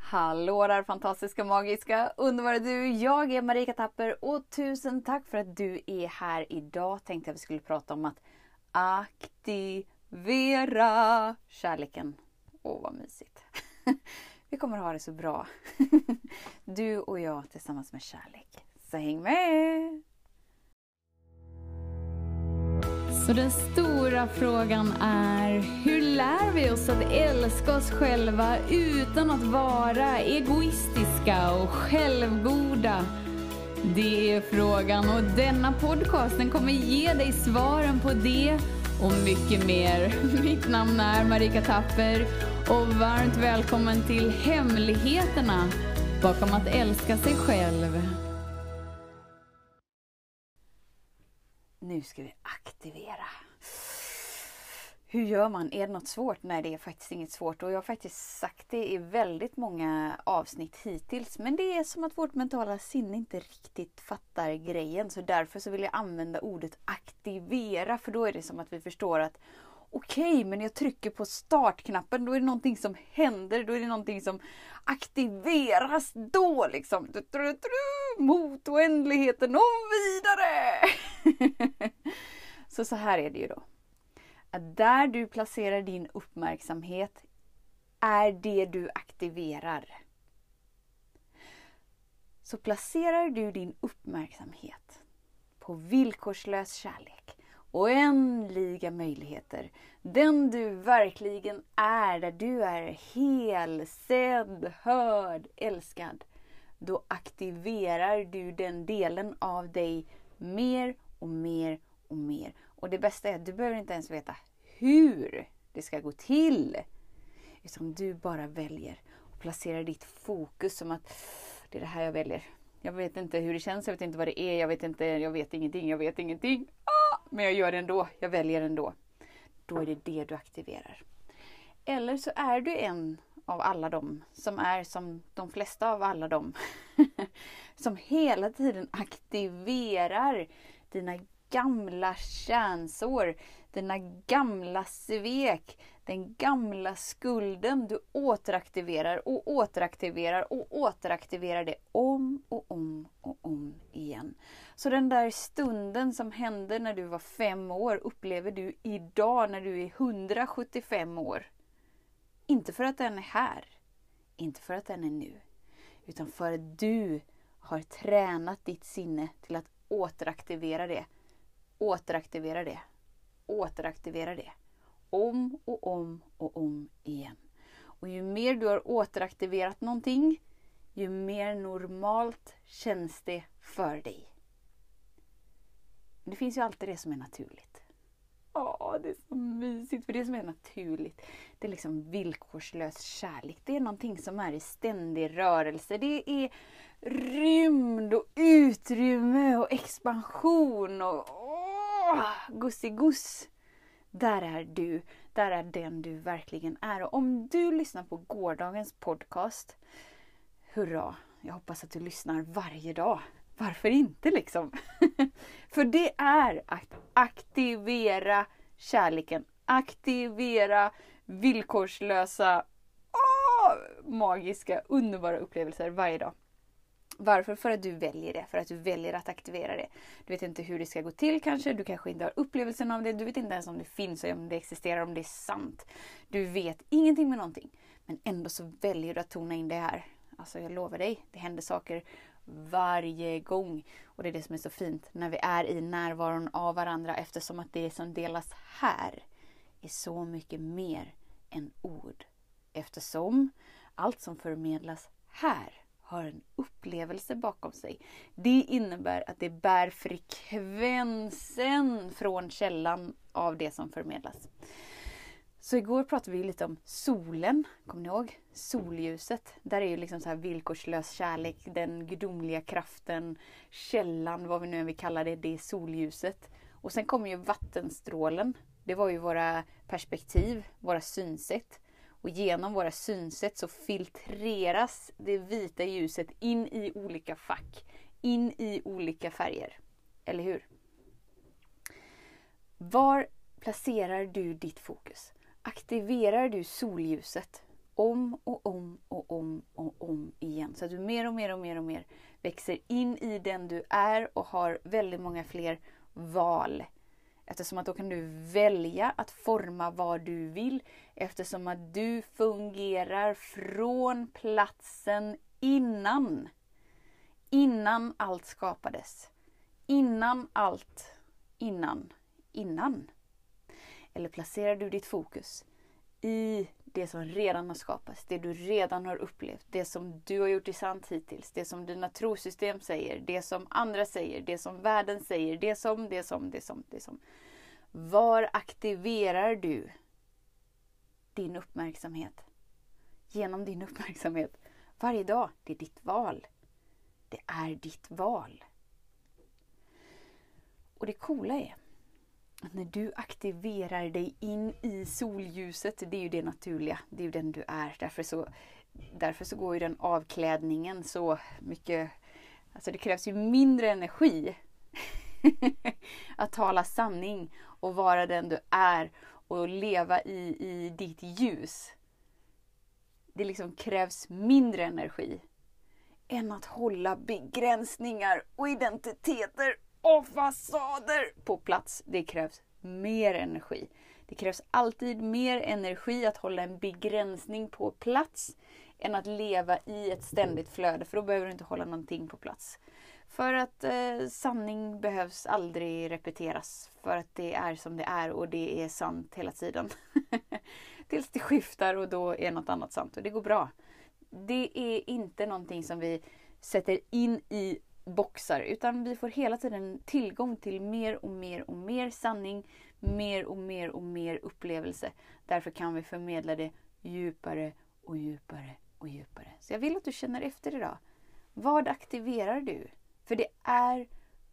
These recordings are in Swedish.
Hallå där fantastiska, magiska, underbara du. Jag är Marika Tapper och tusen tack för att du är här idag. Tänkte jag vi skulle prata om att aktivera kärleken. Åh, vad mysigt. Vi kommer ha det så bra. Du och jag tillsammans med kärlek. Så häng med! Så den stora frågan är, hur lär vi oss att älska oss själva utan att vara egoistiska och självgoda? Det är frågan, och denna podcasten kommer ge dig svaren på det och mycket mer. Mitt namn är Marika Tapper och varmt välkommen till hemligheterna bakom att älska sig själv. Nu ska vi aktivera. Hur gör man? Är det något svårt? Nej, det är faktiskt inget svårt. Och jag har faktiskt sagt det i väldigt många avsnitt hittills. Men det är som att vårt mentala sinne inte riktigt fattar grejen. Så därför så vill jag använda ordet aktivera. För då är det som att vi förstår att okej, men jag trycker på startknappen. Då är det någonting som händer. Då är det någonting som aktiveras då liksom. Mot oändligheten och vidare. Så här är det ju då. Att där du placerar din uppmärksamhet är det du aktiverar. Så placerar du din uppmärksamhet på villkorslös kärlek, oändliga möjligheter, den du verkligen är, där du är hel, sedd, hörd, älskad, då aktiverar du den delen av dig mer och mer och mer. Och det bästa är att du behöver inte ens veta hur det ska gå till. Utan du bara väljer och placerar ditt fokus som att det är det här jag väljer. Jag vet inte hur det känns, jag vet inte vad det är, jag vet ingenting. Men jag gör det ändå, jag väljer ändå. Då är det det du aktiverar. Eller så är du en av alla dem som är som de flesta av alla dem. Som hela tiden aktiverar dina gamla kärnsår, dina gamla svek, den gamla skulden. Du återaktiverar och återaktiverar och återaktiverar det om och om och om igen. Så den där stunden som hände när du var 5 år upplever du idag när du är 175 år. Inte för att den är här, inte för att den är nu, utan för att du har tränat ditt sinne till att återaktivera det. Återaktivera det. Återaktivera det. Om och om och om igen. Och ju mer du har återaktiverat någonting, ju mer normalt känns det för dig. Det finns ju alltid det som är naturligt. Det är så mysigt, för det som är naturligt, det är liksom villkorslös kärlek. Det är någonting som är i ständig rörelse. Det är rymd och utrymme och expansion och gussiguss. Där är du. Där är den du verkligen är. Och om du lyssnar på gårdagens podcast, hurra, jag hoppas att du lyssnar varje dag. Varför inte liksom? För det är att aktivera kärleken. Aktivera villkorslösa, magiska, underbara upplevelser varje dag. Varför? För att du väljer det. För att du väljer att aktivera det. Du vet inte hur det ska gå till kanske. Du kanske inte har upplevelsen av det. Du vet inte ens om det finns och om det existerar, om det är sant. Du vet ingenting med någonting. Men ändå så väljer du att tona in det här. Alltså jag lovar dig, det händer saker varje gång. Och det är det som är så fint när vi är i närvaron av varandra. Eftersom att det som delas här är så mycket mer än ord. Eftersom allt som förmedlas här har en upplevelse bakom sig. Det innebär att det bär frekvensen från källan av det som förmedlas. Så igår pratade vi lite om solen, kommer ni ihåg? Solljuset. Där är ju liksom så här villkorslös kärlek, den gudomliga kraften, källan, vad vi nu vill kalla det, det är solljuset. Och sen kommer ju vattenstrålen. Det var ju våra perspektiv, våra synsätt. Och genom våra synsätt så filtreras det vita ljuset in i olika fack, in i olika färger. Eller hur? Var placerar du ditt fokus? Aktiverar du solljuset om och om och om och Så att du mer och mer växer in i den du är och har väldigt många fler val. Eftersom att då kan du välja att forma vad du vill. Eftersom att du fungerar från platsen innan. Innan allt skapades. Innan. Eller placerar du ditt fokus i det som redan har skapats, det du redan har upplevt, det som du har gjort i sant hittills, det som dina trosystem säger, det som andra säger, det som världen säger, det som. Var aktiverar du din uppmärksamhet? Genom din uppmärksamhet. Varje dag, det är ditt val. Det är ditt val. Och det coola är att när du aktiverar dig in i solljuset, det är ju det naturliga, det är ju den du är. Därför så går ju den avklädningen så mycket, alltså det krävs ju mindre energi att tala sanning och vara den du är och leva i ditt ljus. Det liksom krävs mindre energi än att hålla begränsningar och identiteter och fasader på plats. Det krävs mer energi. Det krävs alltid mer energi att hålla en begränsning på plats än att leva i ett ständigt flöde. För då behöver du inte hålla någonting på plats. För att sanning behövs aldrig repeteras. För att det är som det är och det är sant hela tiden. Tills det skiftar och då är något annat sant. Och det går bra. Det är inte någonting som vi sätter in i boxar, utan vi får hela tiden tillgång till mer och mer sanning, mer och mer upplevelse. Därför kan vi förmedla det djupare och djupare och djupare. Så jag vill att du känner efter idag. Vad aktiverar du? För det är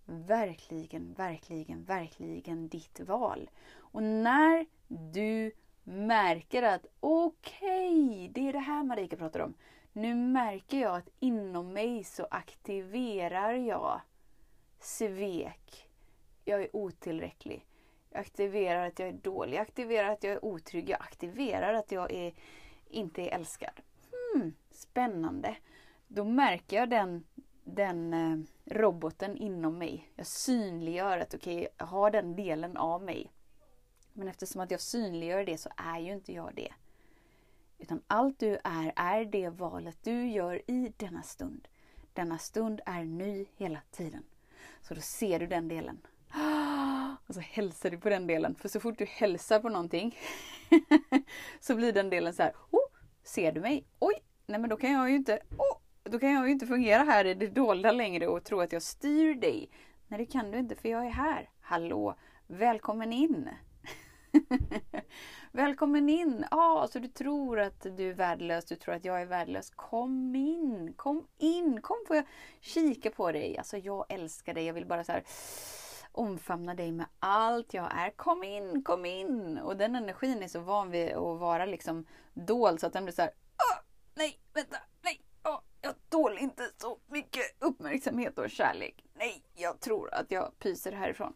verkligen ditt val. Och när du märker att okej, det är det här Marika pratar om. Nu märker jag att inom mig så aktiverar jag svek. Jag är otillräcklig. Jag aktiverar att jag är dålig. Jag aktiverar att jag är otrygg. Jag aktiverar att jag inte är älskad. Spännande. Då märker jag den roboten inom mig. Jag synliggör att okej, jag har den delen av mig. Men eftersom att jag synliggör det så är ju inte jag det. Utan allt du är det valet du gör i denna stund. Denna stund är ny hela tiden. Så då ser du den delen. Och så hälsar du på den delen. För så fort du hälsar på någonting så blir den delen så här. Ser du mig? Oj, nej men då kan jag ju inte fungera här i det dolda längre och tro att jag styr dig. Nej, det kan du inte för jag är här. Hallå, välkommen in. Välkommen in. Så du tror att du är värdelös, du tror att jag är värdelös. Kom in. Kom får jag kika på dig. Alltså jag älskar dig. Jag vill bara så här omfamna dig med allt jag är. Kom in. Och den energin är så van vid att vara liksom dold så att den blir så här. Nej, vänta, nej. Jag tål inte så mycket uppmärksamhet och kärlek. Nej, jag tror att jag pyser härifrån.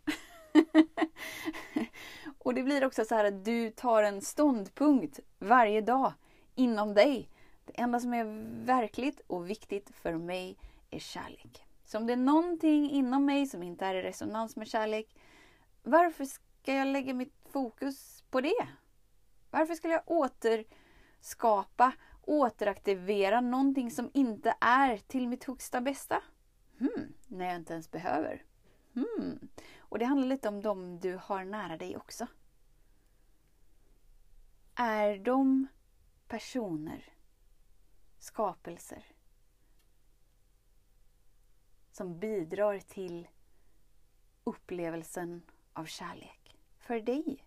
Och det blir också så här att du tar en ståndpunkt varje dag inom dig. Det enda som är verkligt och viktigt för mig är kärlek. Så om det är någonting inom mig som inte är i resonans med kärlek, varför ska jag lägga mitt fokus på det? Varför ska jag återaktivera någonting som inte är till mitt högsta bästa? När jag inte ens behöver. Och det handlar lite om dem du har nära dig också. Är de personer, skapelser som bidrar till upplevelsen av kärlek för dig?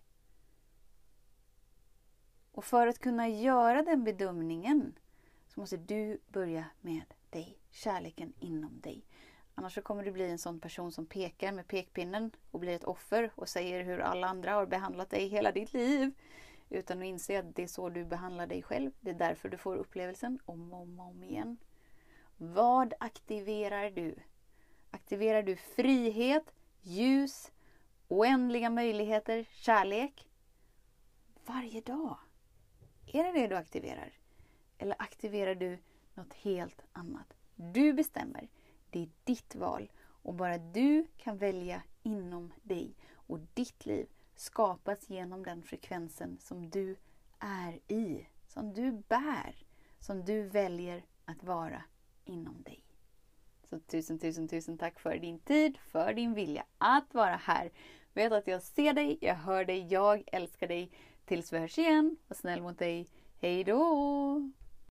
Och för att kunna göra den bedömningen så måste du börja med dig, kärleken inom dig. Annars så kommer du bli en sån person som pekar med pekpinnen och blir ett offer och säger hur alla andra har behandlat dig hela ditt liv. Utan att inse att det är så du behandlar dig själv. Det är därför du får upplevelsen om igen. Vad aktiverar du? Aktiverar du frihet, ljus, oändliga möjligheter, kärlek? Varje dag. Är det du aktiverar? Eller aktiverar du något helt annat. Du bestämmer. Det är ditt val. Och bara du kan välja inom dig. Och ditt liv skapas genom den frekvensen som du är i. Som du bär. Som du väljer att vara inom dig. Så tusen tack för din tid, för din vilja att vara här. Vet att jag ser dig, jag hör dig, jag älskar dig. Tills vi hörs igen, var snäll mot dig. Hej då!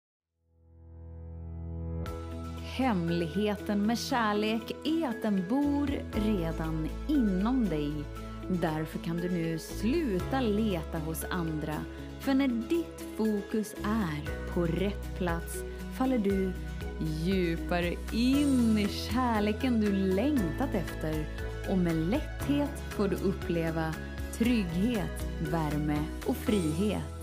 Hemligheten med kärlek är att den bor redan inom dig. Därför kan du nu sluta leta hos andra. För när ditt fokus är på rätt plats faller du djupare in i kärleken du längtat efter. Och med lätthet får du uppleva trygghet, värme och frihet.